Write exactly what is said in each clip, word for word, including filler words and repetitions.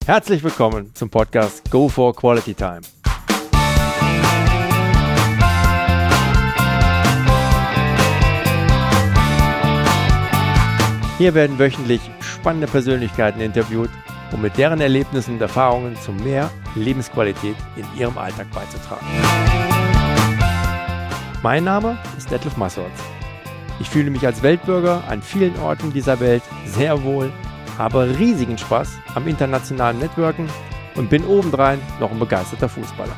Herzlich willkommen zum Podcast Go for Quality Time. Hier werden wöchentlich spannende Persönlichkeiten interviewt, um mit deren Erlebnissen und Erfahrungen zu mehr Lebensqualität in ihrem Alltag beizutragen. Mein Name ist Detlef Massortz. Ich fühle mich als Weltbürger an vielen Orten dieser Welt sehr wohl, habe riesigen Spaß am internationalen Networken und bin obendrein noch ein begeisterter Fußballer.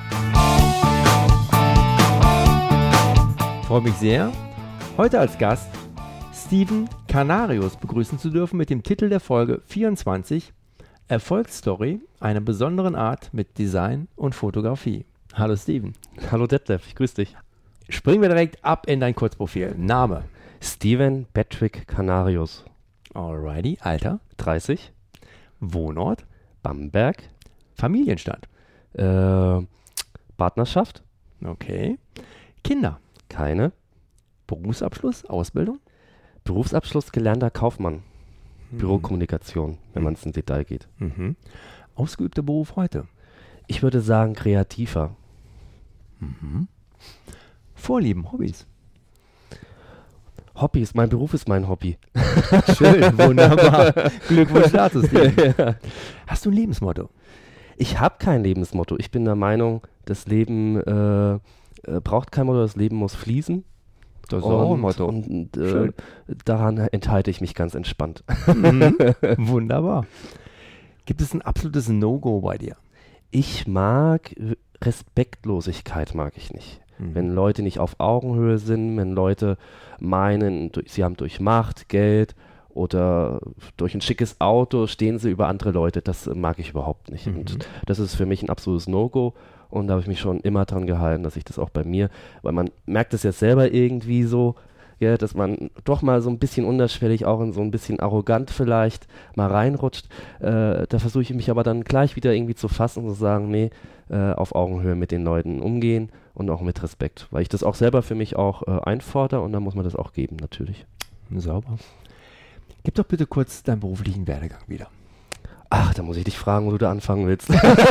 Ich freue mich sehr, heute als Gast Steven Canarius begrüßen zu dürfen mit dem Titel der Folge vierundzwanzig Erfolgsstory einer besonderen Art mit Design und Fotografie. Hallo Steven. Hallo Detlef, ich grüße dich. Springen wir direkt ab in dein Kurzprofil. Name? Steven Patrick Canarius. Alrighty. Alter? dreißig. Wohnort? Bamberg. Familienstand? Äh, Partnerschaft? Okay. Kinder? Keine. Berufsabschluss? Ausbildung? Berufsabschluss gelernter Kaufmann. Hm. Bürokommunikation, wenn hm. man ins Detail geht. Mhm. Ausgeübter Beruf heute? Ich würde sagen kreativer. Mhm. Vorlieben, Hobbys? Hobbys, mein Beruf ist mein Hobby. Schön, wunderbar. Glückwunsch dazu, Steven. Ja. Hast du ein Lebensmotto? Ich habe kein Lebensmotto. Ich bin der Meinung, das Leben äh, äh, braucht kein Motto, das Leben muss fließen. Das ist auch ein Motto. Und äh, daran enthalte ich mich ganz entspannt. Mhm. Wunderbar. Gibt es ein absolutes No-Go bei dir? Ich mag Respektlosigkeit, mag ich nicht. Mhm. Wenn Leute nicht auf Augenhöhe sind, wenn Leute meinen, sie haben durch Macht, Geld oder durch ein schickes Auto stehen sie über andere Leute, das mag ich überhaupt nicht. Mhm. Und das ist für mich ein absolutes No-Go. Und da habe ich mich schon immer dran gehalten, dass ich das auch bei mir, weil man merkt es ja selber irgendwie so, ja, dass man doch mal so ein bisschen unterschwellig, auch in so ein bisschen arrogant vielleicht mal reinrutscht. Äh, da versuche ich mich aber dann gleich wieder irgendwie zu fassen und zu sagen, nee, äh, auf Augenhöhe mit den Leuten umgehen und auch mit Respekt, weil ich das auch selber für mich auch äh, einfordere und dann muss man das auch geben, natürlich. Sauber. Gib doch bitte kurz deinen beruflichen Werdegang wieder. Ach, da muss ich dich fragen, wo du da anfangen willst.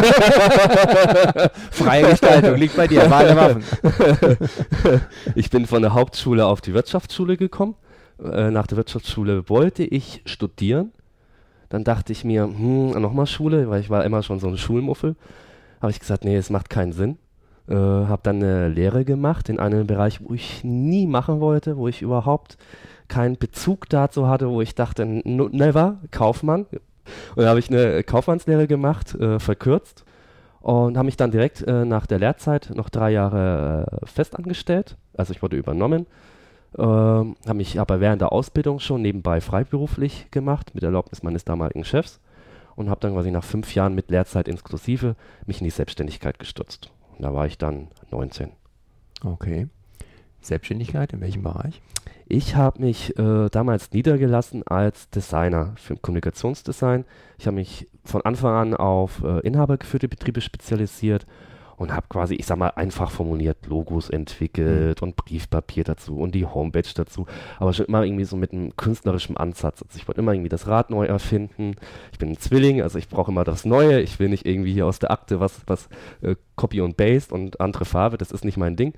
Freie Gestaltung liegt bei dir, Wahl der Waffen. Ich bin von der Hauptschule auf die Wirtschaftsschule gekommen. Äh, nach der Wirtschaftsschule wollte ich studieren. Dann dachte ich mir, hm, nochmal Schule, weil ich war immer schon so ein Schulmuffel. Habe ich gesagt, nee, es macht keinen Sinn. Äh, habe dann eine Lehre gemacht in einem Bereich, wo ich nie machen wollte, wo ich überhaupt keinen Bezug dazu hatte, wo ich dachte, never, Kaufmann. Und da habe ich eine Kaufmannslehre gemacht, äh, verkürzt, und habe mich dann direkt äh, nach der Lehrzeit noch drei Jahre äh, festangestellt. Also ich wurde übernommen, äh, habe mich aber während der Ausbildung schon nebenbei freiberuflich gemacht, mit Erlaubnis meines damaligen Chefs, und habe dann quasi nach fünf Jahren mit Lehrzeit inklusive mich in die Selbstständigkeit gestürzt. Und da war ich dann neunzehn. Okay. Selbstständigkeit, in welchem Bereich? Ich habe mich äh, damals niedergelassen als Designer für Kommunikationsdesign. Ich habe mich von Anfang an auf äh, inhabergeführte Betriebe spezialisiert und habe quasi, ich sag mal, einfach formuliert Logos entwickelt mhm. und Briefpapier dazu und die Homepage dazu, aber schon immer irgendwie so mit einem künstlerischen Ansatz. Also ich wollte immer irgendwie das Rad neu erfinden. Ich bin ein Zwilling, also ich brauche immer das Neue. Ich will nicht irgendwie hier aus der Akte was, was äh, Copy und Paste und andere Farbe, das ist nicht mein Ding.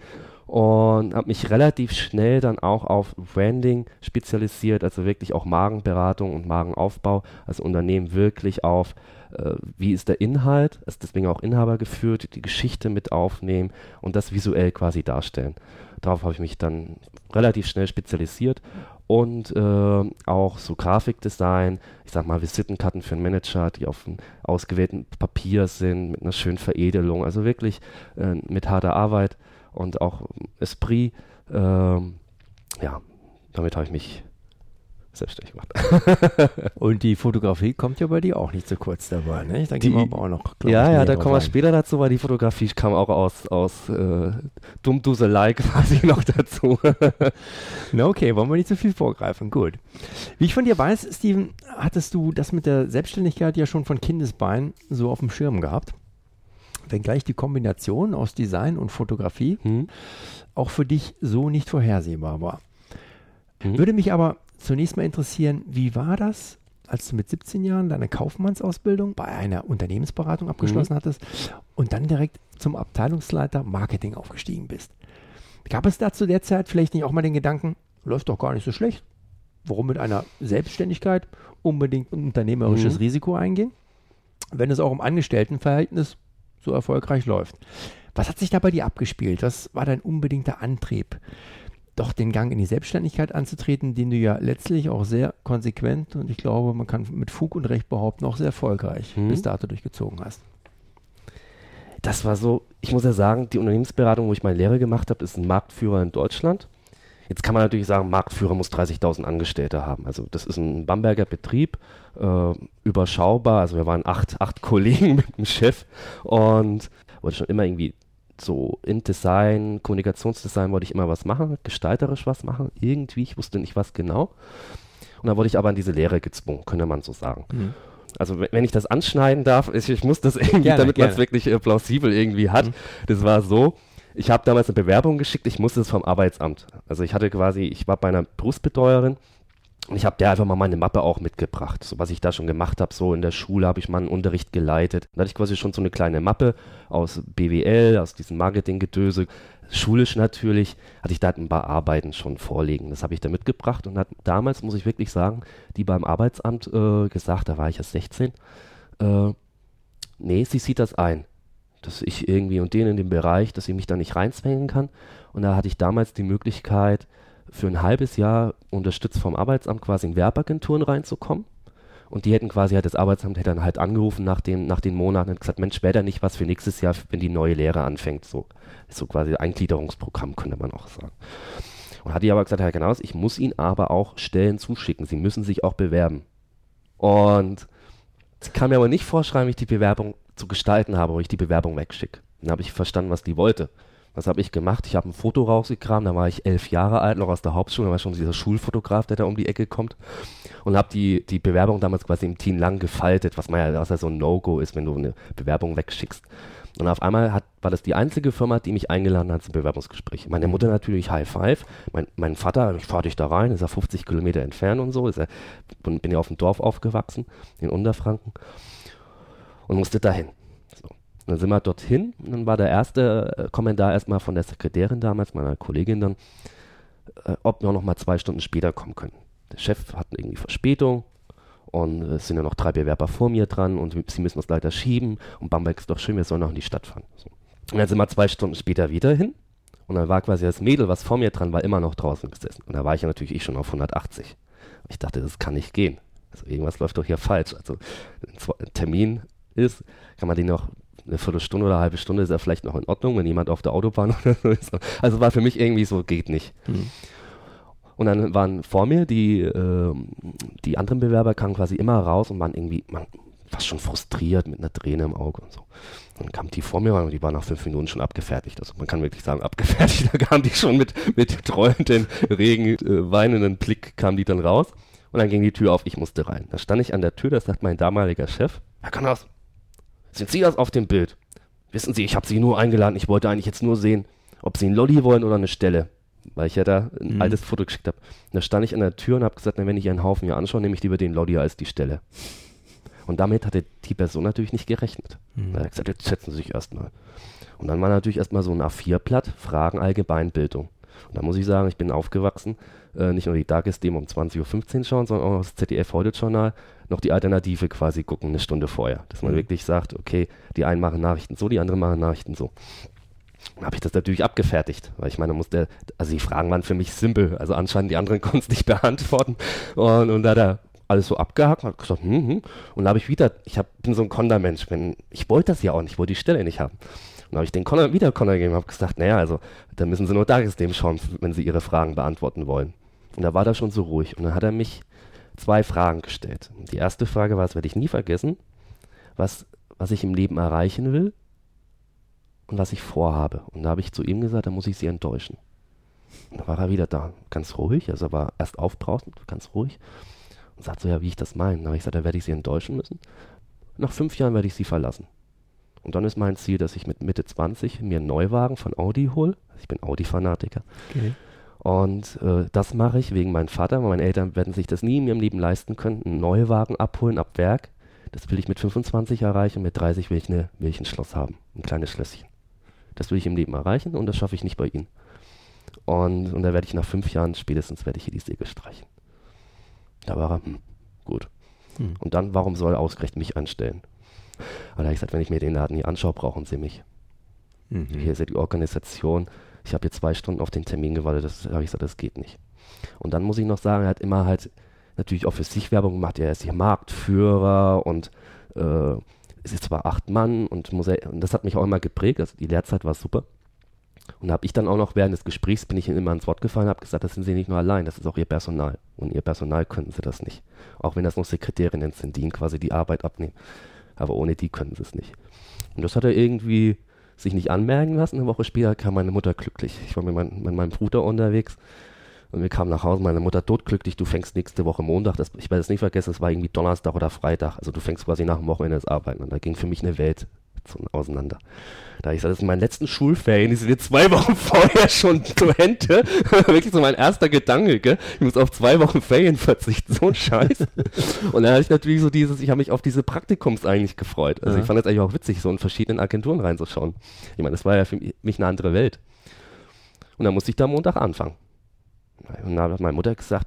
Und habe mich relativ schnell dann auch auf Branding spezialisiert, also wirklich auch Markenberatung und Markenaufbau, also Unternehmen wirklich auf, äh, wie ist der Inhalt, also deswegen auch Inhaber geführt, die Geschichte mit aufnehmen und das visuell quasi darstellen. Darauf habe ich mich dann relativ schnell spezialisiert und äh, auch so Grafikdesign, ich sag mal Visitenkarten für einen Manager, die auf einem ausgewählten Papier sind, mit einer schönen Veredelung, also wirklich äh, mit harter Arbeit. Und auch Esprit, ähm, ja, damit habe ich mich selbstständig gemacht. Und die Fotografie kommt ja bei dir auch nicht zu kurz dabei, ne? Da gehen wir aber auch noch, Ja, ja, da kommen wir später dazu, weil die Fotografie kam auch aus, aus äh, Dummduselei quasi noch dazu. Na okay, wollen wir nicht zu viel vorgreifen, gut. Wie ich von dir weiß, Steven, hattest du das mit der Selbstständigkeit ja schon von Kindesbein so auf dem Schirm gehabt? Wenngleich die Kombination aus Design und Fotografie hm. auch für dich so nicht vorhersehbar war. Hm. Würde mich aber zunächst mal interessieren, wie war das, als du mit siebzehn Jahren deine Kaufmannsausbildung bei einer Unternehmensberatung abgeschlossen mhm. hattest und dann direkt zum Abteilungsleiter Marketing aufgestiegen bist. Gab es da zu der Zeit vielleicht nicht auch mal den Gedanken, läuft doch gar nicht so schlecht, warum mit einer Selbstständigkeit unbedingt ein unternehmerisches mhm. Risiko eingehen, wenn es auch im Angestelltenverhältnis so erfolgreich läuft? Was hat sich da bei dir abgespielt? Was war dein unbedingter Antrieb, doch den Gang in die Selbstständigkeit anzutreten, den du ja letztlich auch sehr konsequent und ich glaube, man kann mit Fug und Recht behaupten, auch sehr erfolgreich mhm. bis dato durchgezogen hast? Das war so, ich muss ja sagen, die Unternehmensberatung, wo ich meine Lehre gemacht habe, ist ein Marktführer in Deutschland. Jetzt kann man natürlich sagen, Marktführer muss dreißigtausend Angestellte haben. Also das ist ein Bamberger Betrieb, äh, überschaubar. Also wir waren acht, acht Kollegen mit dem Chef und wollte schon immer irgendwie so InDesign, Kommunikationsdesign wollte ich immer was machen, gestalterisch was machen, irgendwie, ich wusste nicht was genau. Und dann wurde ich aber in diese Lehre gezwungen, könnte man so sagen. Mhm. Also wenn ich das anschneiden darf, ich, ich muss das irgendwie, gerne, damit man es wirklich äh, plausibel irgendwie hat. Mhm. Das war so, ich habe damals eine Bewerbung geschickt, ich musste es vom Arbeitsamt. Also ich hatte quasi, ich war bei einer Berufsbetreuerin und ich habe der einfach mal meine Mappe auch mitgebracht, so was ich da schon gemacht habe. So in der Schule habe ich mal einen Unterricht geleitet. Da hatte ich quasi schon so eine kleine Mappe aus B W L, aus diesem Marketinggedöse. Schulisch natürlich hatte ich da ein paar Arbeiten schon vorliegen. Das habe ich da mitgebracht und hat damals, muss ich wirklich sagen, die beim Arbeitsamt äh, gesagt, da war ich ja sechzehn, äh, nee, sie sieht das ein, dass ich irgendwie und den in dem Bereich, dass ich mich da nicht reinzwängen kann. Und da hatte ich damals die Möglichkeit, für ein halbes Jahr unterstützt vom Arbeitsamt quasi in Werbeagenturen reinzukommen. Und die hätten quasi halt, das Arbeitsamt hätte dann halt angerufen nach, dem, nach den Monaten und gesagt, Mensch, wäre da nicht was für nächstes Jahr, wenn die neue Lehre anfängt. So, so quasi ein Eingliederungsprogramm, könnte man auch sagen. Und hat die aber gesagt, Herr Knaus, ich muss Ihnen aber auch Stellen zuschicken. Sie müssen sich auch bewerben. Und sie kann mir aber nicht vorschreiben, wie ich die Bewerbung zu gestalten habe, wo ich die Bewerbung wegschicke. Dann habe ich verstanden, was die wollte. Was habe ich gemacht? Ich habe ein Foto rausgekramt, da war ich elf Jahre alt, noch aus der Hauptschule, da war schon dieser Schulfotograf, der da um die Ecke kommt. Und habe die, die Bewerbung damals quasi im Team lang gefaltet, was man ja, was ja so ein No-Go ist, wenn du eine Bewerbung wegschickst. Und auf einmal hat, war das die einzige Firma, die mich eingeladen hat zum Bewerbungsgespräch. Meine Mutter natürlich High Five, mein, mein Vater, ich fahre dich da rein, ist ja fünfzig Kilometer entfernt und so, ist er, bin ja auf dem Dorf aufgewachsen, in Unterfranken, und musste dahin. So. Und dann sind wir dorthin und dann war der erste Kommentar erstmal von der Sekretärin damals, meiner Kollegin dann, äh, ob wir noch mal zwei Stunden später kommen können. Der Chef hat irgendwie Verspätung und es sind ja noch drei Bewerber vor mir dran und sie müssen das leider schieben und Bamberg ist doch schön, wir sollen noch in die Stadt fahren. So. Und dann sind wir zwei Stunden später wieder hin und dann war quasi das Mädel, was vor mir dran war, immer noch draußen gesessen. Und da war ich ja natürlich ich schon auf hundertachtzig. Ich dachte, das kann nicht gehen. Also irgendwas läuft doch hier falsch. Also ein Termin ist, kann man den noch eine Viertelstunde oder eine halbe Stunde ist ja vielleicht noch in Ordnung, wenn jemand auf der Autobahn oder so ist. Also war für mich irgendwie so, geht nicht. Mhm. Und dann waren vor mir die, äh, die anderen Bewerber kamen quasi immer raus und waren irgendwie man, fast schon frustriert mit einer Träne im Auge und so. Dann kam die vor mir und die war nach fünf Minuten schon abgefertigt. Also man kann wirklich sagen, abgefertigt. Da kam die schon mit, mit trollenden, regen, äh, weinenden Blick kam die dann raus. Und dann ging die Tür auf, ich musste rein. Da stand ich an der Tür, da sagt mein damaliger Chef, Herr Knaus, sind Sie das auf dem Bild? Wissen Sie, ich habe Sie nur eingeladen, ich wollte eigentlich jetzt nur sehen, ob Sie einen Lolli wollen oder eine Stelle. Weil ich ja da ein mhm. altes Foto geschickt habe. Da stand ich an der Tür und habe gesagt, na, wenn ich Ihren Haufen hier anschaue, nehme ich lieber den Lolli als die Stelle. Und damit hatte die Person natürlich nicht gerechnet. Mhm. Da hat er gesagt, jetzt setzen Sie sich erstmal. Und dann war natürlich erstmal so ein A vier Blatt, Fragen Allgemeinbildung. Und da muss ich sagen, ich bin aufgewachsen, äh, nicht nur die Tagesthemen um zwanzig Uhr fünfzehn schauen, sondern auch das Z D F-Heute-Journal noch die Alternative quasi gucken, eine Stunde vorher. Dass man mhm. wirklich sagt, okay, die einen machen Nachrichten so, die anderen machen Nachrichten so. Dann habe ich das natürlich abgefertigt, weil ich meine, musste, also die Fragen waren für mich simpel, also anscheinend die anderen konnten es nicht beantworten. Und, und da hat er alles so abgehakt und hat gesagt, hm, hm. Und da habe ich wieder, ich hab, bin so ein Kontermensch, wenn, ich wollte das ja auch nicht, ich wollte die Stelle nicht haben. Und da habe ich den Konter, wieder Konter gegeben und habe gesagt, naja, also da müssen Sie nur Tagesthemen schauen, wenn Sie Ihre Fragen beantworten wollen. Und da war er schon so ruhig und dann hat er mich zwei Fragen gestellt. Die erste Frage war, das werde ich nie vergessen, was, was ich im Leben erreichen will und was ich vorhabe. Und da habe ich zu ihm gesagt, da muss ich Sie enttäuschen. Und da war er wieder da, ganz ruhig, also er war erst aufbrausend, ganz ruhig und sagt so, ja, wie ich das meine. Da habe ich gesagt, da werde ich Sie enttäuschen müssen. Nach fünf Jahren werde ich Sie verlassen. Und dann ist mein Ziel, dass ich mit Mitte zwanzig mir einen Neuwagen von Audi hole. Also ich bin Audi-Fanatiker. Okay. Und äh, das mache ich wegen meinem Vater, weil meine Eltern werden sich das nie in ihrem Leben leisten können, einen Neuwagen abholen ab Werk. Das will ich mit fünfundzwanzig erreichen, mit dreißig will ich, eine, will ich ein Schloss haben, ein kleines Schlösschen. Das will ich im Leben erreichen und das schaffe ich nicht bei ihnen. Und, und da werde ich nach fünf Jahren spätestens werde ich hier die Segel streichen. Da war er, hm, gut. Hm. Und dann, warum soll er ausgerechnet mich anstellen? Aber da habe ich gesagt, wenn ich mir den Laden hier anschaue, brauchen sie mich. Mhm. Hier ist ja die Organisation. Ich habe hier zwei Stunden auf den Termin gewartet, das habe ich gesagt, das geht nicht. Und dann muss ich noch sagen, er hat immer halt natürlich auch für sich Werbung gemacht, er ist hier Marktführer und äh, es ist zwar acht Mann und, muss er, und das hat mich auch immer geprägt, also die Lehrzeit war super. Und da habe ich dann auch noch während des Gesprächs, bin ich ihm immer ins Wort gefallen, habe gesagt, das sind sie nicht nur allein, das ist auch ihr Personal. Und ihr Personal könnten sie das nicht. Auch wenn das noch Sekretärinnen sind, die ihnen quasi die Arbeit abnehmen. Aber ohne die können sie es nicht. Und das hat er irgendwie sich nicht anmerken lassen. Eine Woche später kam meine Mutter glücklich. Ich war mit, mein, mit meinem Bruder unterwegs und wir kamen nach Hause. Meine Mutter totglücklich, du fängst nächste Woche Montag, das, ich werde es nicht vergessen, es war irgendwie Donnerstag oder Freitag. Also du fängst quasi nach dem Wochenende das Arbeiten. Und da ging für mich eine Welt auseinander. Da habe ich gesagt, das sind meine letzten Schulferien, die sind jetzt zwei Wochen vorher schon zu Ende. Wirklich so mein erster Gedanke, gell? Ich muss auf zwei Wochen Ferien verzichten, so ein Scheiß. Und dann hatte ich natürlich so dieses, ich habe mich auf diese Praktikums eigentlich gefreut. Also ja. Ich fand das eigentlich auch witzig, so in verschiedenen Agenturen reinzuschauen. Ich meine, das war ja für mich eine andere Welt. Und dann musste ich da Montag anfangen. Und dann hat meine Mutter gesagt,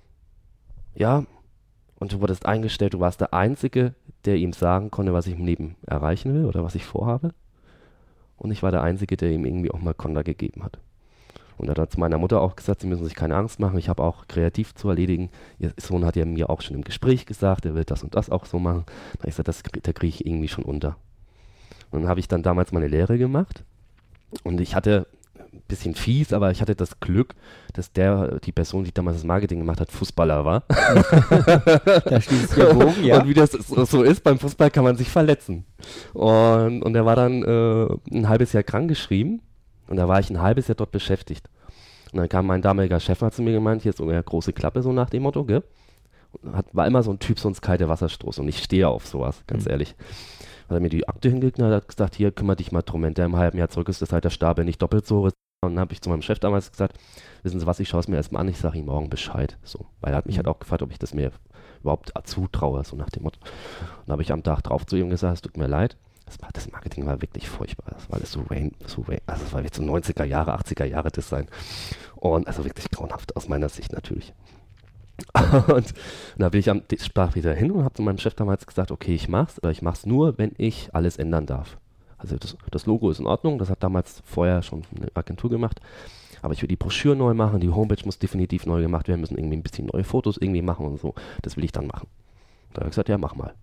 ja, und du wurdest eingestellt, du warst der Einzige, der ihm sagen konnte, was ich im Leben erreichen will oder was ich vorhabe. Und ich war der Einzige, der ihm irgendwie auch mal Konter gegeben hat. Und er hat zu meiner Mutter auch gesagt, sie müssen sich keine Angst machen, ich habe auch kreativ zu erledigen. Ihr Sohn hat ja mir auch schon im Gespräch gesagt, er will das und das auch so machen. Da habe ich gesagt, das, da kriege ich irgendwie schon unter. Und dann habe ich dann damals meine Lehre gemacht und ich hatte ein bisschen fies, aber ich hatte das Glück, dass der, die Person, die damals das Marketing gemacht hat, Fußballer war. Da schließt der Bogen, ja. Und wie das so ist, beim Fußball kann man sich verletzen. Und, und er war dann äh, ein halbes Jahr krankgeschrieben und da war ich ein halbes Jahr dort beschäftigt. Und dann kam mein damaliger Chef hat zu mir gemeint, hier ist so eine große Klappe, so nach dem Motto, gell? Hat, war immer so ein Typ, sonst kalter Wasserstoß und ich stehe auf sowas, ganz mhm. ehrlich. Hat er mir die Akte hingeknallt und hat gesagt, hier, kümmere dich mal drum, wenn der im halben Jahr zurück ist, ist halt der Stapel nicht doppelt so. Und dann habe ich zu meinem Chef damals gesagt, wissen Sie was, ich schaue es mir erstmal an, ich sage ihm morgen Bescheid. So, weil er hat mich mhm. halt auch gefragt, ob ich das mir überhaupt zutraue, so nach dem Motto. Und dann habe ich am Tag drauf zu ihm gesagt, es tut mir leid, das, war, das Marketing war wirklich furchtbar. Das war alles so Rain, so Rain, also das war wirklich so neunziger Jahre, achtziger Jahre Design. Und also wirklich grauenhaft aus meiner Sicht natürlich. Und da bin ich am sprach wieder hin und habe zu meinem Chef damals gesagt, okay, ich mach's, aber ich mach's nur, wenn ich alles ändern darf. Also das, das Logo ist in Ordnung, das hat damals vorher schon eine Agentur gemacht, aber ich will die Broschüre neu machen, die Homepage muss definitiv neu gemacht werden, müssen irgendwie ein bisschen neue Fotos irgendwie machen und so, das will ich dann machen. Da habe ich gesagt, ja, mach mal.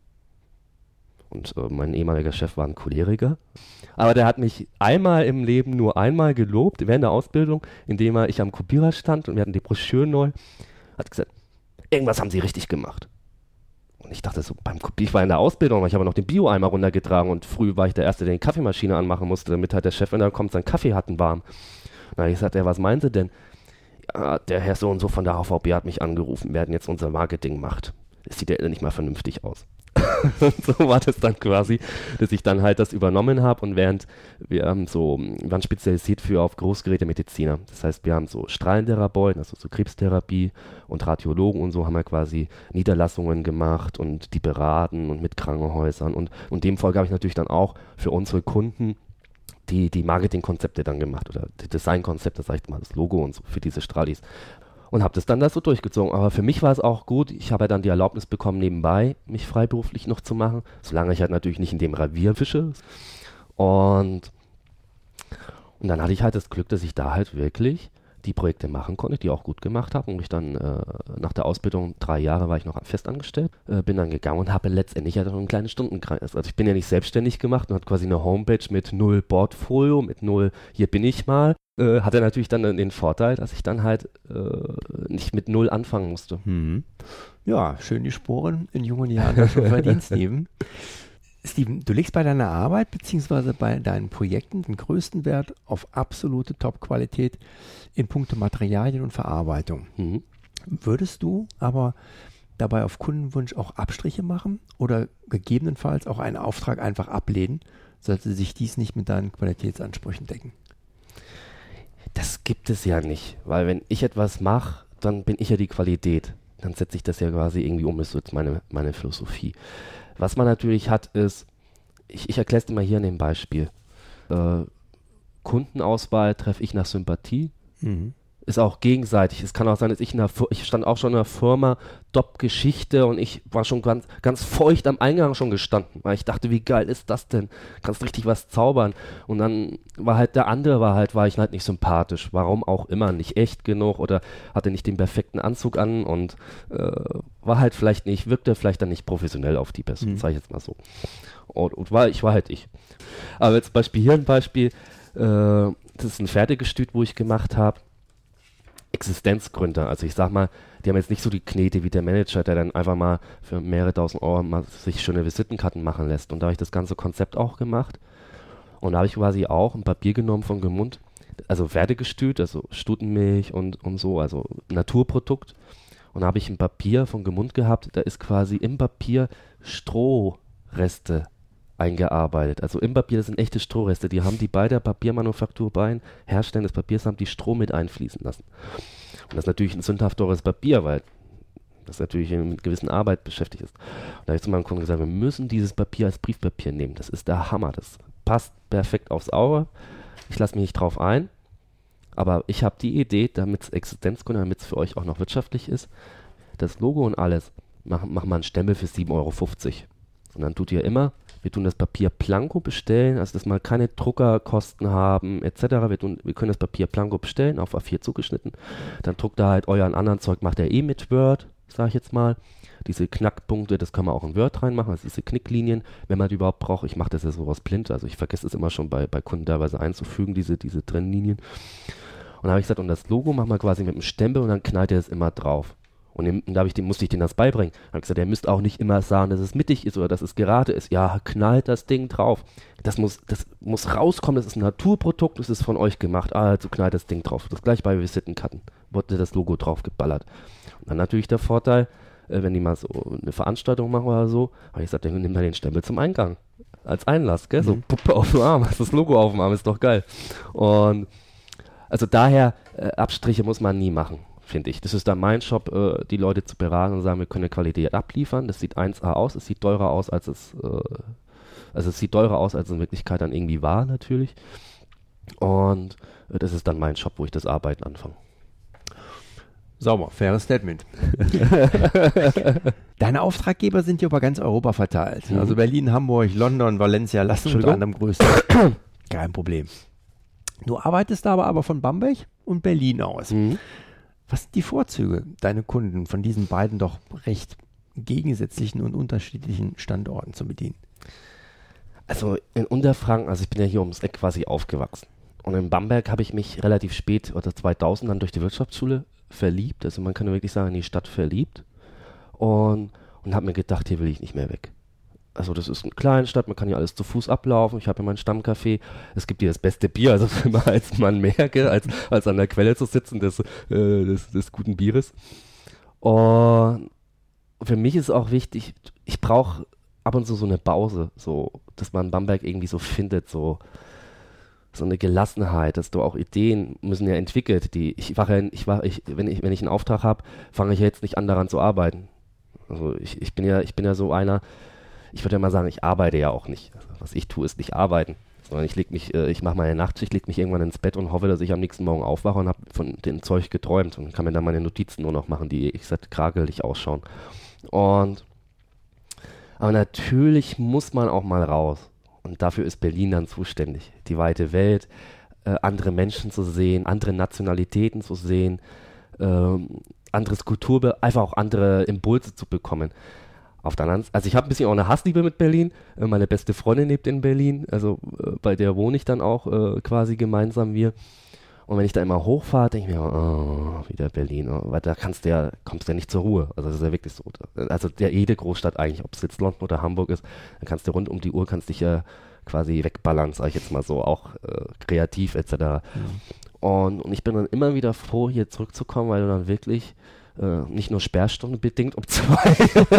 Und äh, mein ehemaliger Chef war ein Choleriker, aber der hat mich einmal im Leben nur einmal gelobt, während der Ausbildung, indem er, ich am Kopierer stand und wir hatten die Broschüre neu, hat gesagt, irgendwas haben sie richtig gemacht. Und ich dachte so, beim Kopier, ich war in der Ausbildung, ich habe noch den Bio-Eimer runtergetragen und früh war ich der Erste, der die Kaffeemaschine anmachen musste, damit halt der Chef, wenn er kommt, seinen Kaffee hatten warm. Und dann habe ich gesagt, ja, was meinen Sie denn? Ja, der Herr so und so von der H V B hat mich angerufen, wir werden jetzt unser Marketing macht. Das sieht ja nicht mal vernünftig aus. Und so war das dann quasi, dass ich dann halt das übernommen habe und während wir haben so, wir waren spezialisiert für auf Großgerätemediziner. Das heißt, wir haben so Strahlentherapeuten, also so Krebstherapie und Radiologen und so haben wir quasi Niederlassungen gemacht und die beraten und mit Krankenhäusern und, und dem Folge habe ich natürlich dann auch für unsere Kunden die, die Marketingkonzepte dann gemacht oder die Designkonzepte, sag ich mal, das Logo und so für diese Strahlis. Und habe das dann da so durchgezogen. Aber für mich war es auch gut, ich habe ja dann die Erlaubnis bekommen, nebenbei mich freiberuflich noch zu machen, solange ich halt natürlich nicht in dem Revier fische. Und, und dann hatte ich halt das Glück, dass ich da halt wirklich die Projekte machen konnte, die auch gut gemacht habe. Und ich dann äh, nach der Ausbildung, drei Jahre war ich noch fest angestellt, äh, bin dann gegangen und habe letztendlich halt noch einen kleinen Stundenkreis. Also ich bin ja nicht selbstständig gemacht und hatte quasi eine Homepage mit null Portfolio, mit null, hier bin ich mal. Äh, hatte natürlich dann den Vorteil, dass ich dann halt äh, nicht mit null anfangen musste. Hm. Ja, schön die Sporen in jungen Jahren da schon verdient, Steven. Steven, du legst bei deiner Arbeit bzw. bei deinen Projekten den größten Wert auf absolute Top-Qualität in puncto Materialien und Verarbeitung. Mhm. Würdest du aber dabei auf Kundenwunsch auch Abstriche machen oder gegebenenfalls auch einen Auftrag einfach ablehnen, sollte sich dies nicht mit deinen Qualitätsansprüchen decken? das gibt es ja nicht, weil wenn ich etwas mache, dann bin ich ja die Qualität. Dann setze ich das ja quasi irgendwie um, das ist jetzt meine, meine Philosophie. Was man natürlich hat, ist, ich, ich erkläre es dir mal hier an dem Beispiel. Äh, Kundenauswahl treffe ich nach Sympathie. Mhm. Ist auch gegenseitig. Es kann auch sein, dass ich in der, ich stand auch schon in der Firma, Top-Geschichte und ich war schon ganz, ganz feucht am Eingang schon gestanden, weil ich dachte, wie geil ist das denn? Kannst richtig was zaubern. Und dann war halt der andere, war halt, war ich halt nicht sympathisch. Warum auch immer, nicht echt genug oder hatte nicht den perfekten Anzug an und äh, war halt vielleicht nicht, wirkte vielleicht dann nicht professionell auf die Person, mhm. sag ich jetzt mal so. Und, und war, ich war halt ich. Aber jetzt Beispiel hier ein Beispiel, äh, das ist ein Fertiggestüt, wo ich gemacht habe. Existenzgründer, also ich sag mal, die haben jetzt nicht so die Knete wie der Manager, der dann einfach mal für mehrere tausend Euro mal sich schöne Visitenkarten machen lässt. Und da habe ich das ganze Konzept auch gemacht. Und da habe ich quasi auch ein Papier genommen von Gmund, also Fertiggestüt, also Stutenmilch und, und so, also Naturprodukt. Und da habe ich ein Papier von Gmund gehabt, da ist quasi im Papier Strohreste eingearbeitet. Also im Papier, das sind echte Strohreste. Die haben die bei der Papiermanufaktur beim Herstellen des Papiers haben die Stroh mit einfließen lassen. Und das ist natürlich ein sündhaft teures Papier, weil das natürlich mit gewissen Arbeit beschäftigt ist. Und da habe ich zu meinem Kunden gesagt, wir müssen dieses Papier als Briefpapier nehmen. Das ist der Hammer. Das passt perfekt aufs Auge. Ich lasse mich nicht drauf ein. Aber ich habe die Idee, damit es Existenzgründer, damit es für euch auch noch wirtschaftlich ist, das Logo und alles, machen mach mal einen Stempel für sieben Euro fünfzig. Und dann tut ihr immer, wir tun das Papier Planko bestellen, also dass wir keine Druckerkosten haben, et cetera. Wir, tun, wir können das Papier Planko bestellen, auf A vier zugeschnitten. Dann druckt er halt euren anderen Zeug, macht er eh mit Word, sag ich jetzt mal. Diese Knackpunkte, das kann man auch in Word reinmachen, also diese Knicklinien, wenn man die überhaupt braucht. Ich mache das ja so aus blind, also ich vergesse es immer schon bei, bei Kunden teilweise einzufügen, diese, diese Trennlinien. Und dann habe ich gesagt, und das Logo machen wir quasi mit dem Stempel und dann knallt er es immer drauf. Und, dem, und da ich dem, musste ich denen das beibringen. Dann habe ich gesagt, ihr müsst auch nicht immer sagen, dass es mittig ist oder dass es gerade ist. Ja, knallt das Ding drauf. Das muss, das muss rauskommen, das ist ein Naturprodukt, das ist von euch gemacht. Also knallt das Ding drauf. Das gleich bei Visitenkarten wurde das Logo drauf geballert. Und dann natürlich der Vorteil, äh, wenn die mal so eine Veranstaltung machen oder so, habe ich gesagt, dann nimm mal den Stempel zum Eingang. Als Einlass, gell? Mhm. So Puppe auf dem Arm, das Logo auf dem Arm, ist doch geil. Und also daher, äh, Abstriche muss man nie machen, finde ich. Das ist dann mein Job, äh, die Leute zu beraten und sagen, wir können eine Qualität abliefern. Das sieht eins A aus, es sieht teurer aus, als es, äh, also es sieht teurer aus, als es in Wirklichkeit dann irgendwie war, natürlich. Und äh, das ist dann mein Job, wo ich das Arbeiten anfange. Sauber, faires Statement. Deine Auftraggeber sind ja über ganz Europa verteilt. Mhm. Also Berlin, Hamburg, London, Valencia, lassen unter anderem größte. Kein Problem. Du arbeitest aber, aber von Bamberg und Berlin aus. Mhm. Was sind die Vorzüge, deine Kunden von diesen beiden doch recht gegensätzlichen und unterschiedlichen Standorten zu bedienen? Also in Unterfranken, also ich bin ja hier ums Eck quasi aufgewachsen. Und in Bamberg habe ich mich relativ spät, oder zweitausend, dann durch die Wirtschaftsschule verliebt. Also man kann wirklich sagen, in die Stadt verliebt. Und, und habe mir gedacht, hier will ich nicht mehr weg. Also das ist eine kleine Stadt, man kann hier alles zu Fuß ablaufen. Ich habe hier mein Stammcafé. Es gibt hier das beste Bier, also immer als man merke, als, als an der Quelle zu sitzen des, äh, des, des guten Bieres. Und für mich ist auch wichtig, ich brauche ab und zu so eine Pause, so, dass man Bamberg irgendwie so findet, so, so eine Gelassenheit, dass du auch Ideen müssen ja entwickelt, die, ich wache, ich wache, ich, wenn ich, wenn ich einen Auftrag habe, fange ich jetzt nicht an daran zu arbeiten. Also ich, ich bin ja, ich bin ja so einer, ich würde ja mal sagen, ich arbeite ja auch nicht. Also was ich tue, ist nicht arbeiten, sondern ich leg mich, äh, ich mache meine Nachtschicht, leg mich irgendwann ins Bett und hoffe, dass ich am nächsten Morgen aufwache und habe von dem Zeug geträumt und kann mir dann meine Notizen nur noch machen, die, ich gesagt, kragelig ausschauen. Und aber natürlich muss man auch mal raus. Und dafür ist Berlin dann zuständig. Die weite Welt, äh, andere Menschen zu sehen, andere Nationalitäten zu sehen, ähm, anderes Kulturbild, einfach auch andere Impulse zu bekommen. Auf der anderen, also ich habe ein bisschen auch eine Hassliebe mit Berlin. Äh, meine beste Freundin lebt in Berlin, also äh, bei der wohne ich dann auch äh, quasi gemeinsam wir. Und wenn ich da immer hochfahre, denke ich mir, oh, wieder Berlin, oh, weil da kannst du ja, kommst du ja nicht zur Ruhe. Also das ist ja wirklich so. Also der jede Großstadt eigentlich, ob es jetzt London oder Hamburg ist, dann kannst du rund um die Uhr, kannst dich ja quasi wegballern, sag ich jetzt mal so, auch äh, kreativ et cetera. Mhm. Und, und ich bin dann immer wieder froh, hier zurückzukommen, weil du dann wirklich äh, nicht nur Sperrstunde bedingt um zwei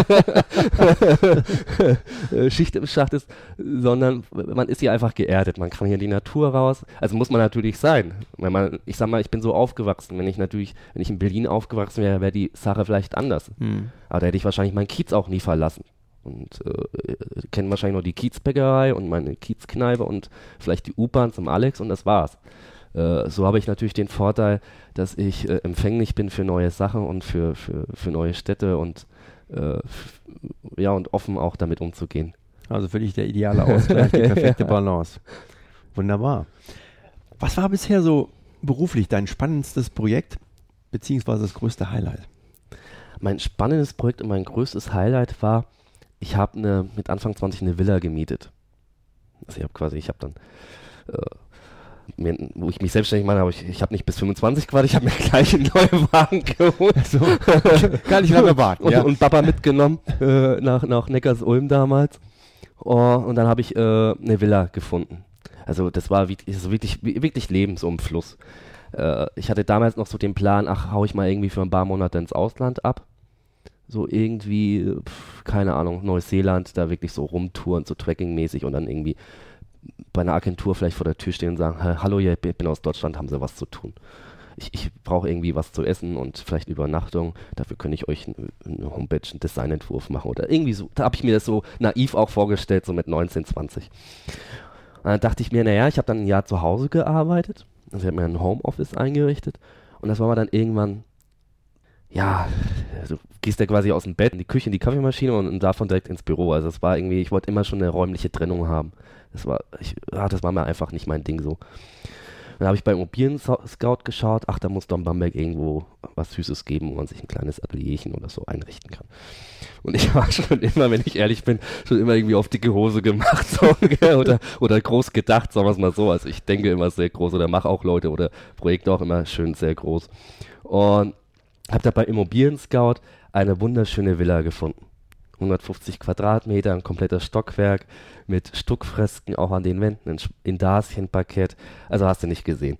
Schicht im Schacht ist, sondern man ist hier einfach geerdet. Man kann hier in die Natur raus. Also muss man natürlich sein. Wenn man, ich sag mal, ich bin so aufgewachsen. Wenn ich natürlich, wenn ich in Berlin aufgewachsen wäre, wäre die Sache vielleicht anders. Hm. Aber da hätte ich wahrscheinlich meinen Kiez auch nie verlassen. Und äh, kennen wahrscheinlich nur die Kiezbäckerei und meine Kiezkneipe und vielleicht die U-Bahn zum Alex und das war's. Äh, so habe ich natürlich den Vorteil, dass ich äh, empfänglich bin für neue Sachen und für, für, für neue Städte und äh, f- ja und offen auch damit umzugehen. Also für dich der ideale Ausgleich, die perfekte ja. Balance. Wunderbar. Was war bisher so beruflich dein spannendstes Projekt beziehungsweise das größte Highlight? Mein spannendes Projekt und mein größtes Highlight war, ich habe eine, mit Anfang zwanzig eine Villa gemietet. Also ich habe quasi, ich habe dann äh, Mir, wo ich mich selbstständig mache, habe ich, ich habe nicht bis fünfundzwanzig gewartet, ich habe mir gleich einen neuen Wagen geholt. So. Gar nicht lange warten. Und, ja. und Papa mitgenommen äh, nach, nach Neckarsulm damals. Oh, und dann habe ich äh, eine Villa gefunden. Also das war wie, also wirklich, wirklich Leben so im Fluss. Äh, ich hatte damals noch so den Plan, ach, hau ich mal irgendwie für ein paar Monate ins Ausland ab. So irgendwie, pf, keine Ahnung, Neuseeland, da wirklich so rumtouren, so Trekking-mäßig und dann irgendwie bei einer Agentur vielleicht vor der Tür stehen und sagen, hallo, ich bin aus Deutschland, haben Sie was zu tun? Ich, ich brauche irgendwie was zu essen und vielleicht Übernachtung, dafür könnte ich euch eine Homepage, einen Designentwurf machen oder irgendwie so. Da habe ich mir das so naiv auch vorgestellt, so mit neunzehn, zwanzig. Und dann dachte ich mir, naja, ich habe dann ein Jahr zu Hause gearbeitet, also ich habe mir ein Homeoffice eingerichtet und das war mir dann irgendwann, ja, du gehst ja quasi aus dem Bett in die Küche, in die Kaffeemaschine und, und davon direkt ins Büro. Also es war irgendwie, ich wollte immer schon eine räumliche Trennung haben. Das war, ich, ja, das war mir einfach nicht mein Ding so. Dann habe ich bei Immobilien-Scout geschaut, ach, da muss doch in Bamberg irgendwo was Süßes geben, wo man sich ein kleines Atelierchen oder so einrichten kann. Und ich war schon immer, wenn ich ehrlich bin, schon immer irgendwie auf dicke Hose gemacht so, oder, oder groß gedacht, sagen wir es mal so. Also ich denke immer sehr groß oder mache auch Leute oder Projekte auch immer schön sehr groß. Und habe da bei Immobilien-Scout eine wunderschöne Villa gefunden. hundertfünfzig Quadratmeter, ein kompletter Stockwerk mit Stuckfresken auch an den Wänden, in Indarsienparkett, also hast du nicht gesehen.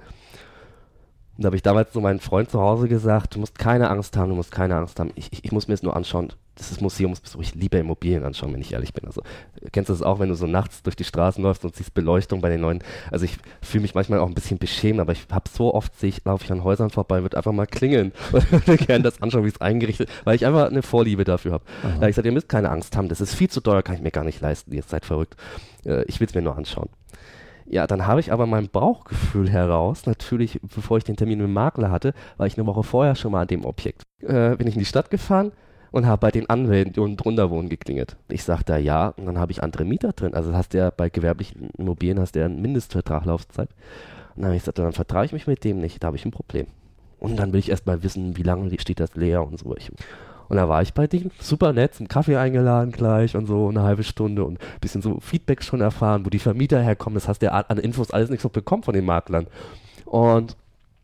Und da habe ich damals zu meinem Freund zu Hause gesagt, du musst keine Angst haben, du musst keine Angst haben, ich, ich, ich muss mir das nur anschauen, das ist Museumsbesuch, ich liebe Immobilien anschauen, wenn ich ehrlich bin. Also kennst du das auch, wenn du so nachts durch die Straßen läufst und siehst Beleuchtung bei den neuen, also ich fühle mich manchmal auch ein bisschen beschämt, aber ich habe so oft, sehe ich, laufe ich an Häusern vorbei, würde einfach mal klingeln und würde gerne das anschauen, wie es eingerichtet ist, weil ich einfach eine Vorliebe dafür habe. Da habe ich gesagt, ihr müsst keine Angst haben, das ist viel zu teuer, kann ich mir gar nicht leisten, ihr seid verrückt, äh, ich will es mir nur anschauen. Ja, dann habe ich aber mein Bauchgefühl heraus, natürlich, bevor ich den Termin mit dem Makler hatte, war ich eine Woche vorher schon mal an dem Objekt. Äh, bin ich in die Stadt gefahren und habe bei den Anwälten, die unten drunter wohnen, geklingelt. Ich sagte da ja, und dann habe ich andere Mieter drin. Also hast du ja bei gewerblichen Immobilien hast du ja einen Mindestvertraglaufzeit. Und dann habe ich gesagt, dann vertrage ich mich mit dem nicht, da habe ich ein Problem. Und dann will ich erst mal wissen, wie lange steht das leer und so. Ich, und da war ich bei denen, super nett, zum Kaffee eingeladen gleich und so, eine halbe Stunde und ein bisschen so Feedback schon erfahren, wo die Vermieter herkommen. Das hast du ja an Infos alles nichts noch bekommen von den Maklern. Und,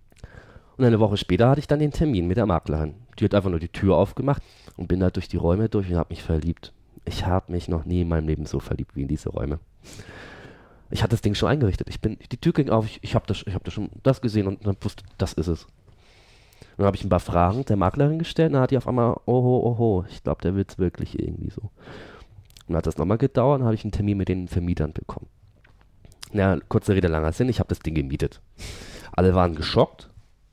und eine Woche später hatte ich dann den Termin mit der Maklerin. Die hat einfach nur die Tür aufgemacht und bin da durch die Räume durch und habe mich verliebt. Ich habe mich noch nie in meinem Leben so verliebt wie in diese Räume. Ich hatte das Ding schon eingerichtet. Ich bin, die Tür ging auf, ich, ich habe das, ich hab das schon das gesehen und dann wusste, das ist es. Dann habe ich ein paar Fragen der Maklerin gestellt und dann hat die auf einmal, oho, oho, ich glaube, der will es wirklich irgendwie so. Und dann hat das nochmal gedauert und habe ich einen Termin mit den Vermietern bekommen. Na, kurze Rede, langer Sinn, ich habe das Ding gemietet. Alle waren geschockt.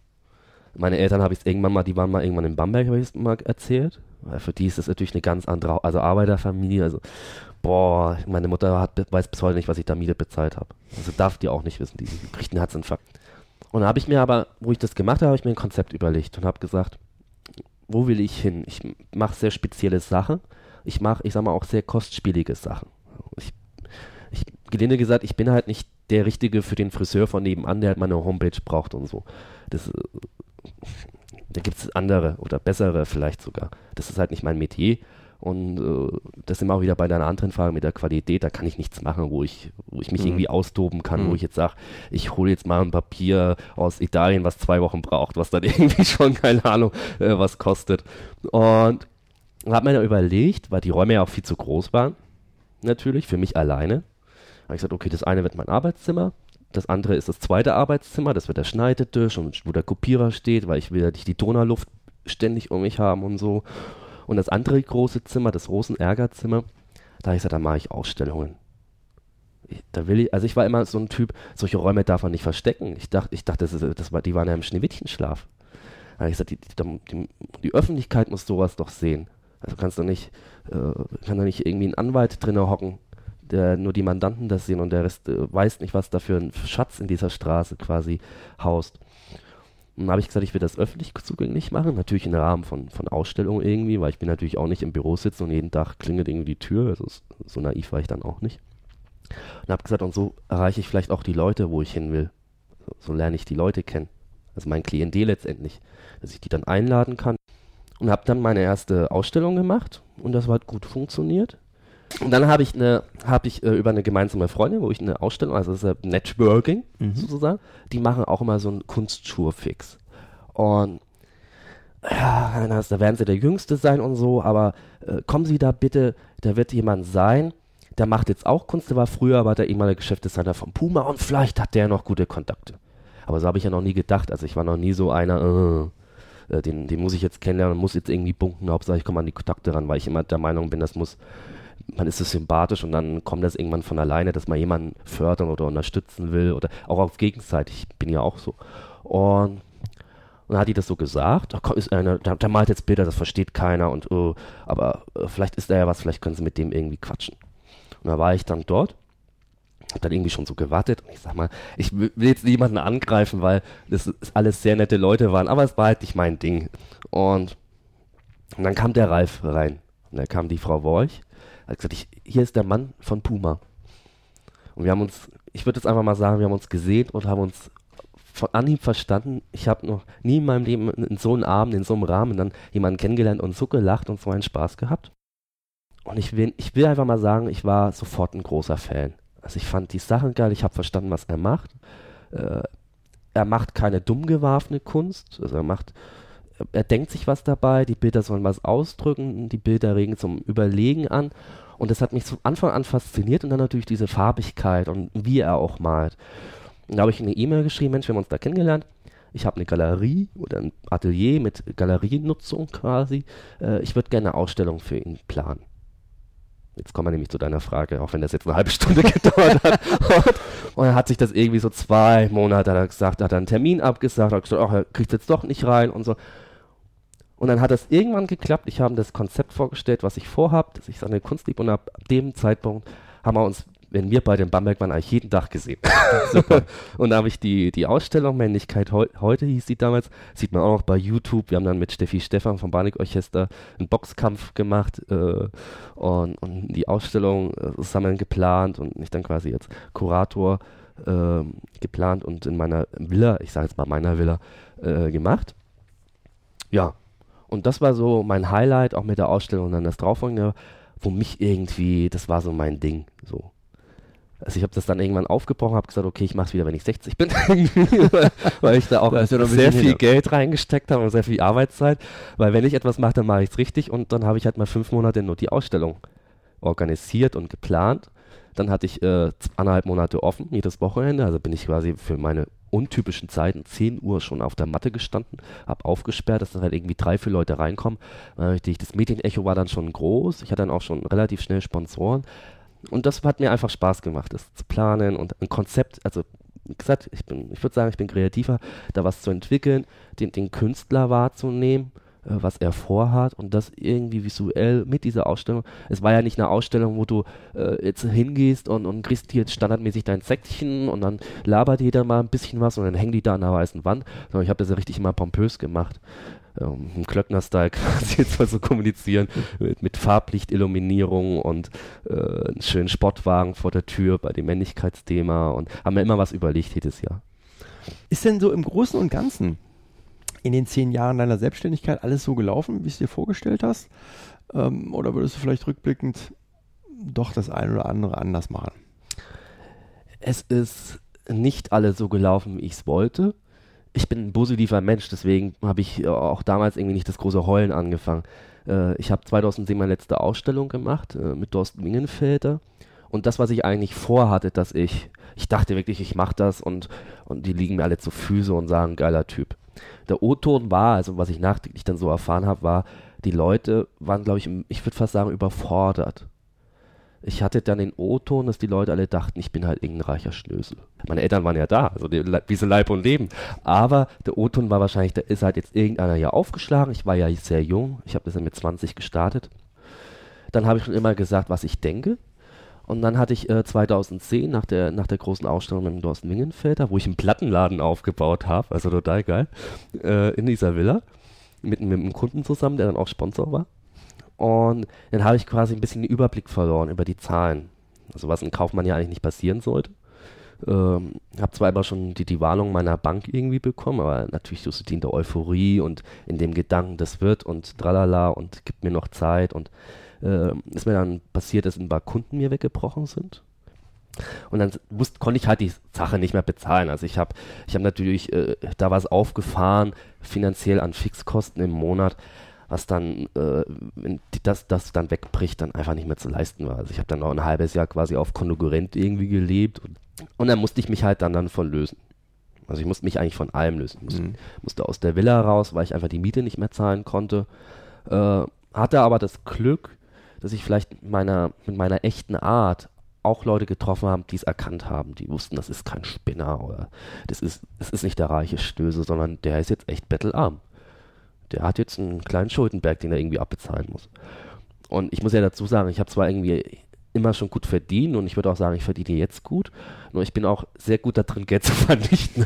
Meine Eltern habe ich es irgendwann mal, die waren mal irgendwann in Bamberg, habe ich es mal erzählt. Weil für die ist das natürlich eine ganz andere, also Arbeiterfamilie, also boah, meine Mutter hat, weiß bis heute nicht, was ich da Miete bezahlt habe. Also darf die auch nicht wissen, die kriegt einen Herzinfarkt. Und dann habe ich mir aber, wo ich das gemacht habe, habe ich mir ein Konzept überlegt und habe gesagt, wo will ich hin? Ich mache sehr spezielle Sachen. Ich mache, ich sag mal, auch sehr kostspielige Sachen. Ich, ich, gelinde gesagt, ich bin halt nicht der Richtige für den Friseur von nebenan, der halt mal eine Homepage braucht und so. Das, da gibt es andere oder bessere vielleicht sogar. Das ist halt nicht mein Metier. Und äh, das sind wir auch wieder bei deiner anderen Frage mit der Qualität, da kann ich nichts machen, wo ich, wo ich mich mhm. irgendwie austoben kann, mhm. wo ich jetzt sage, ich hole jetzt mal ein Papier aus Italien, was zwei Wochen braucht, was dann irgendwie schon, keine Ahnung, äh, was kostet. Und habe mir dann überlegt, weil die Räume ja auch viel zu groß waren, natürlich, für mich alleine, habe ich gesagt, okay, das eine wird mein Arbeitszimmer, das andere ist das zweite Arbeitszimmer, das wird der Schneidetisch und wo der Kopierer steht, weil ich will ja nicht die Donauluft ständig um mich haben und so. Und das andere große Zimmer, das Rosenärgerzimmer, da habe ich gesagt, da mache ich Ausstellungen. Ich, da will ich, also ich war immer so ein Typ, solche Räume darf man nicht verstecken. Ich dachte, ich dachte, das, ist, das war, die waren ja im Schneewittchenschlaf. Da habe ich gesagt, die, die, die, die Öffentlichkeit muss sowas doch sehen. Also kannst du nicht, äh, kann da nicht irgendwie ein Anwalt drinnen hocken, der nur die Mandanten das sehen und der Rest äh, weiß nicht, was da für ein Schatz in dieser Straße quasi haust. Und dann habe ich gesagt, ich will das öffentlich zugänglich machen, natürlich im Rahmen von, von Ausstellungen irgendwie, weil ich bin natürlich auch nicht im Büro sitzen und jeden Tag klingelt irgendwie die Tür, also so naiv war ich dann auch nicht. Und habe gesagt, und so erreiche ich vielleicht auch die Leute, wo ich hin will. So, so lerne ich die Leute kennen, also mein Klientel letztendlich, dass ich die dann einladen kann. Und habe dann meine erste Ausstellung gemacht und das hat gut funktioniert. Und dann habe ich eine, habe ich äh, über eine gemeinsame Freundin, wo ich eine Ausstellung, also das ist Networking mhm. sozusagen, die machen auch immer so einen Kunstschurfix. Und ja, da werden sie der Jüngste sein und so, aber äh, kommen Sie da bitte, da wird jemand sein, der macht jetzt auch Kunst, der war früher aber der ehemalige Geschäftsdesigner von Puma und vielleicht hat der noch gute Kontakte. Aber so habe ich ja noch nie gedacht, also ich war noch nie so einer, äh, Den, den muss ich jetzt kennenlernen und muss jetzt irgendwie bunken, Hauptsache ich komme an die Kontakte ran, weil ich immer der Meinung bin, das muss, man ist es sympathisch und dann kommt das irgendwann von alleine, dass man jemanden fördern oder unterstützen will oder auch auf gegenseitig, ich bin ja auch so. Und, und dann hat die das so gesagt, da ist einer, der, der malt jetzt Bilder, das versteht keiner und uh, aber uh, vielleicht ist da ja was, vielleicht können sie mit dem irgendwie quatschen. Und da war ich dann dort, hab dann irgendwie schon so gewartet und ich sag mal, ich will jetzt niemanden angreifen, weil das alles sehr nette Leute waren, aber es war halt nicht mein Ding. Und, und dann kam der Ralf rein und da kam die Frau Worch, hat gesagt, ich, hier ist der Mann von Puma. Und wir haben uns, ich würde jetzt einfach mal sagen, wir haben uns gesehen und haben uns von Anhieb verstanden. Ich habe noch nie in meinem Leben in so einem Abend, in so einem Rahmen dann jemanden kennengelernt und so gelacht und so einen Spaß gehabt. Und ich will, ich will einfach mal sagen, ich war sofort ein großer Fan. Also ich fand die Sachen geil, ich habe verstanden, was er macht. Äh, er macht keine dumm gewarfene Kunst, also er macht, er denkt sich was dabei, die Bilder sollen was ausdrücken, die Bilder regen zum Überlegen an und das hat mich von Anfang an fasziniert und dann natürlich diese Farbigkeit und wie er auch malt. Und da habe ich eine E-Mail geschrieben, Mensch, wir haben uns da kennengelernt, ich habe eine Galerie oder ein Atelier mit Galerienutzung quasi, äh, ich würde gerne eine Ausstellung für ihn planen. Jetzt kommen wir nämlich zu deiner Frage, auch wenn das jetzt eine halbe Stunde gedauert hat. Und, und dann hat sich das irgendwie so zwei Monate, hat er gesagt, hat er einen Termin abgesagt, hat gesagt, ach, er kriegt jetzt doch nicht rein und so. Und dann hat das irgendwann geklappt. Ich habe das Konzept vorgestellt, was ich vorhabe, dass ich seine Kunst liebe. Und ab dem Zeitpunkt haben wir uns, wenn wir bei den Bamberg waren, eigentlich jeden Tag gesehen. Super. Und da habe ich die, die Ausstellung Männlichkeit heu, heute, hieß die damals, sieht man auch noch bei YouTube. Wir haben dann mit Steffi Stephan vom Barnik Orchester einen Boxkampf gemacht äh, und, und die Ausstellung äh, zusammen geplant und ich dann quasi als Kurator äh, geplant und in meiner Villa, ich sage jetzt mal meiner Villa, äh, gemacht. Ja, und das war so mein Highlight, auch mit der Ausstellung und dann das Drauffolgende, wo mich irgendwie, das war so mein Ding, so. Also ich habe das dann irgendwann aufgebrochen, habe gesagt, okay, ich mache es wieder, wenn ich sechzig bin, weil ich da auch ja sehr viel hin. Geld reingesteckt habe und sehr viel Arbeitszeit, weil wenn ich etwas mache, dann mache ich es richtig und dann habe ich halt mal fünf Monate nur die Ausstellung organisiert und geplant. Dann hatte ich äh, anderthalb Monate offen, jedes Wochenende, also bin ich quasi für meine untypischen Zeiten zehn Uhr schon auf der Matte gestanden, habe aufgesperrt, dass dann halt irgendwie drei, vier Leute reinkommen. Äh, das Medienecho war dann schon groß, ich hatte dann auch schon relativ schnell Sponsoren. Und das hat mir einfach Spaß gemacht, das zu planen und ein Konzept, also wie gesagt, ich bin, ich würde sagen, ich bin kreativer, da was zu entwickeln, den, den Künstler wahrzunehmen, äh, was er vorhat und das irgendwie visuell mit dieser Ausstellung. Es war ja nicht eine Ausstellung, wo du äh, jetzt hingehst und, und kriegst hier jetzt standardmäßig dein Säckchen und dann labert jeder mal ein bisschen was und dann hängen die da an der weißen Wand, sondern ich habe das ja richtig immer pompös gemacht. Um, im Klöckner-Style quasi jetzt mal so kommunizieren, mit, mit Farblichtilluminierung und äh, einen schönen Sportwagen vor der Tür bei dem Männlichkeitsthema und haben mir immer was überlegt jedes Jahr. Ist denn so im Großen und Ganzen in den zehn Jahren deiner Selbstständigkeit alles so gelaufen, wie es dir vorgestellt hast? Ähm, oder würdest du vielleicht rückblickend doch das eine oder andere anders machen? Es ist nicht alles so gelaufen, wie ich es wollte. Ich bin ein positiver Mensch, deswegen habe ich auch damals irgendwie nicht das große Heulen angefangen. Äh, ich habe zweitausendzehn meine letzte Ausstellung gemacht äh, mit Thorsten Wingenfelder und das, was ich eigentlich vorhatte, dass ich, ich dachte wirklich, ich mache das und, und die liegen mir alle zu Füße und sagen, geiler Typ. der O-Ton war, also was ich nachträglich dann so erfahren habe, war, die Leute waren, glaube ich, ich würde fast sagen, überfordert. Ich hatte dann den O-Ton, dass die Leute alle dachten, ich bin halt irgendein reicher Schnösel. Meine Eltern waren ja da, also die, wie sie Leib und Leben. Aber der O-Ton war wahrscheinlich, da ist halt jetzt irgendeiner hier aufgeschlagen. Ich war ja sehr jung, ich habe das ja mit zwanzig gestartet. Dann habe ich schon immer gesagt, was ich denke. Und dann hatte ich äh, zweitausendzehn nach der, nach der großen Ausstellung mit dem Thorsten Wingenfelder, wo ich einen Plattenladen aufgebaut habe, also total geil, äh, in dieser Villa, mit, mit einem Kunden zusammen, der dann auch Sponsor war. Und dann habe ich quasi ein bisschen den Überblick verloren über die Zahlen. Also was ein Kaufmann ja eigentlich nicht passieren sollte. Ähm, habe zwar immer schon die, die Warnung meiner Bank irgendwie bekommen, aber natürlich so in der Euphorie und in dem Gedanken, das wird und tralala und gibt mir noch Zeit. Und äh, ist mir dann passiert, dass ein paar Kunden mir weggebrochen sind. Und dann wusste, konnte ich halt die Sache nicht mehr bezahlen. Also ich habe ich hab natürlich äh, da was aufgefahren, finanziell an Fixkosten im Monat, was dann, äh, wenn das, das dann wegbricht, dann einfach nicht mehr zu leisten war. Also ich habe dann noch ein halbes Jahr quasi auf Konkurrent irgendwie gelebt und, und dann musste ich mich halt dann, dann von lösen. Also ich musste mich eigentlich von allem lösen. Ich musste, mhm. musste aus der Villa raus, weil ich einfach die Miete nicht mehr zahlen konnte. Äh, hatte aber das Glück, dass ich vielleicht mit meiner, mit meiner echten Art auch Leute getroffen haben, die es erkannt haben, die wussten, das ist kein Spinner oder das ist, das ist nicht der reiche Stöße, sondern der ist jetzt echt bettelarm. Der hat jetzt einen kleinen Schuldenberg, den er irgendwie abbezahlen muss. Und ich muss ja dazu sagen, ich habe zwar irgendwie immer schon gut verdient und ich würde auch sagen, ich verdiene jetzt gut, nur ich bin auch sehr gut da drin, Geld zu vernichten.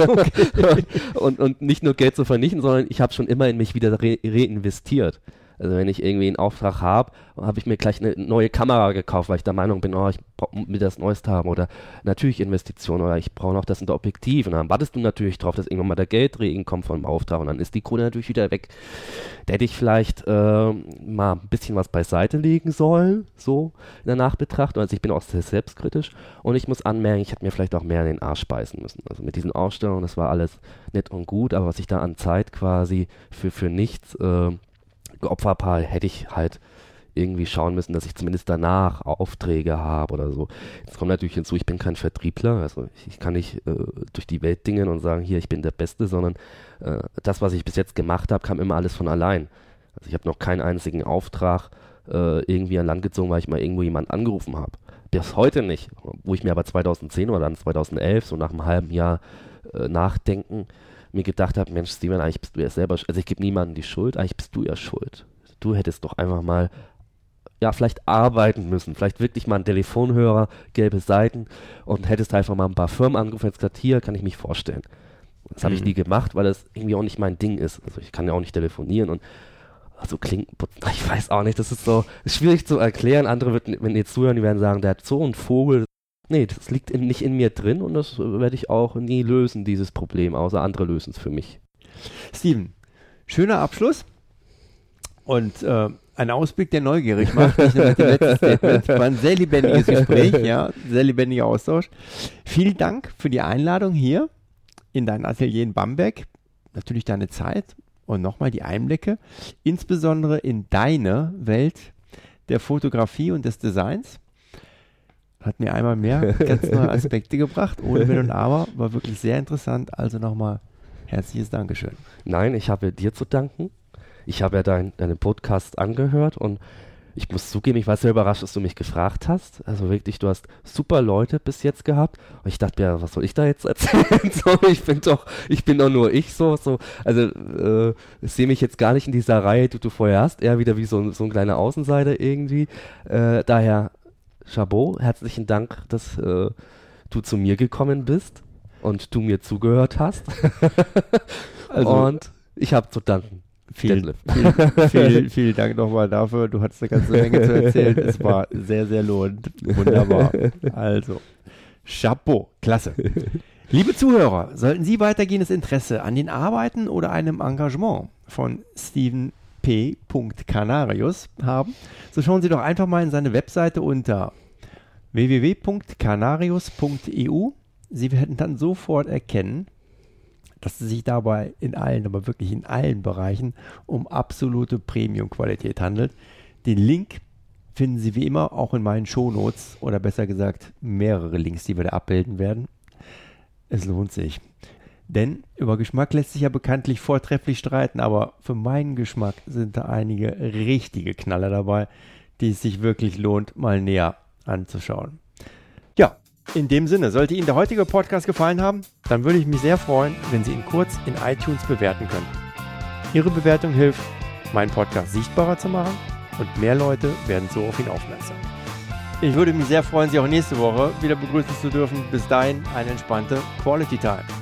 Okay. und, und nicht nur Geld zu vernichten, sondern ich habe schon immer in mich wieder re- reinvestiert. Also wenn ich irgendwie einen Auftrag habe, habe ich mir gleich eine neue Kamera gekauft, weil ich der Meinung bin, oh, ich will das Neueste haben oder natürlich Investitionen oder ich brauche noch das in der Objektiv und dann wartest du natürlich drauf, dass irgendwann mal der Geldregen kommt vom Auftrag und dann ist die Kohle natürlich wieder weg. Da hätte ich vielleicht äh, mal ein bisschen was beiseite legen sollen, so in der Nachbetrachtung. Also ich bin auch sehr selbstkritisch und ich muss anmerken, ich hätte mir vielleicht auch mehr in den Arsch beißen müssen. Also mit diesen Ausstellungen, das war alles nett und gut, aber was ich da an Zeit quasi für, für nichts äh, geopfert habe, hätte ich halt irgendwie schauen müssen, dass ich zumindest danach Aufträge habe oder so. Jetzt kommt natürlich hinzu, ich bin kein Vertriebler, also ich, ich kann nicht äh, durch die Welt dingen und sagen, hier, ich bin der Beste, sondern äh, das, was ich bis jetzt gemacht habe, kam immer alles von allein. Also ich habe noch keinen einzigen Auftrag äh, irgendwie an Land gezogen, weil ich mal irgendwo jemanden angerufen habe. Bis heute nicht, wo ich mir aber zweitausendzehn oder dann zweitausendelf, so nach einem halben Jahr äh, Nachdenken, mir gedacht habe, Mensch, Steven, eigentlich bist du ja selber, also ich gebe niemandem die Schuld, eigentlich bist du ja schuld. Du hättest doch einfach mal, ja, vielleicht arbeiten müssen, vielleicht wirklich mal einen Telefonhörer, gelbe Seiten und hättest einfach mal ein paar Firmen angerufen und gesagt, hier kann ich mich vorstellen. Das habe mhm. ich nie gemacht, weil das irgendwie auch nicht mein Ding ist. Also ich kann ja auch nicht telefonieren und also Klinkenputzen, ich weiß auch nicht, das ist so ist schwierig zu erklären. Andere, wird, wenn ihr zuhören, die werden sagen, der hat so einen Vogel. Nee, das liegt in, nicht in mir drin und das werde ich auch nie lösen, dieses Problem, außer andere lösen es für mich. Steven, schöner Abschluss und äh, ein Ausblick, der neugierig macht. Nicht nur mit dem letzten Statement. War ein sehr lebendiges Gespräch, ja, sehr lebendiger Austausch. Vielen Dank für die Einladung hier in dein Atelier in Bamberg. Natürlich deine Zeit und nochmal die Einblicke, insbesondere in deine Welt der Fotografie und des Designs. Hat mir einmal mehr ganz neue Aspekte gebracht, ohne Wenn und Aber, war wirklich sehr interessant. Also nochmal herzliches Dankeschön. Nein, ich habe dir zu danken. Ich habe ja dein, deinen Podcast angehört und ich muss zugeben, ich war sehr überrascht, dass du mich gefragt hast. Also wirklich, du hast super Leute bis jetzt gehabt. Und ich dachte mir, ja, was soll ich da jetzt erzählen? so, ich bin doch, ich bin doch nur ich so. so. Also äh, ich sehe mich jetzt gar nicht in dieser Reihe, die du vorher hast. Eher wieder wie so, so ein kleiner Außenseiter irgendwie. Äh, daher Chapeau, herzlichen Dank, dass äh, du zu mir gekommen bist und du mir zugehört hast. also, und ich habe zu danken. Vielen, vielen, vielen, vielen Dank nochmal dafür. Du hattest eine ganze Menge zu erzählen. Es war sehr, sehr lohnend. Wunderbar. Also, Chapeau. Klasse. Liebe Zuhörer, sollten Sie weitergehendes Interesse an den Arbeiten oder einem Engagement von Steven P. Canarius haben, so schauen Sie doch einfach mal in seine Webseite unter w w w punkt canarius punkt e u. Sie werden dann sofort erkennen, dass es sich dabei in allen, aber wirklich in allen Bereichen um absolute Premium-Qualität handelt. Den Link finden Sie wie immer auch in meinen Shownotes oder besser gesagt mehrere Links, die wir da abbilden werden. Es lohnt sich. Denn über Geschmack lässt sich ja bekanntlich vortrefflich streiten, aber für meinen Geschmack sind da einige richtige Knaller dabei, die es sich wirklich lohnt, mal näher anzuschauen. Ja, in dem Sinne, sollte Ihnen der heutige Podcast gefallen haben, dann würde ich mich sehr freuen, wenn Sie ihn kurz in iTunes bewerten könnten. Ihre Bewertung hilft, meinen Podcast sichtbarer zu machen und mehr Leute werden so auf ihn aufmerksam. Ich würde mich sehr freuen, Sie auch nächste Woche wieder begrüßen zu dürfen. Bis dahin eine entspannte Quality Time.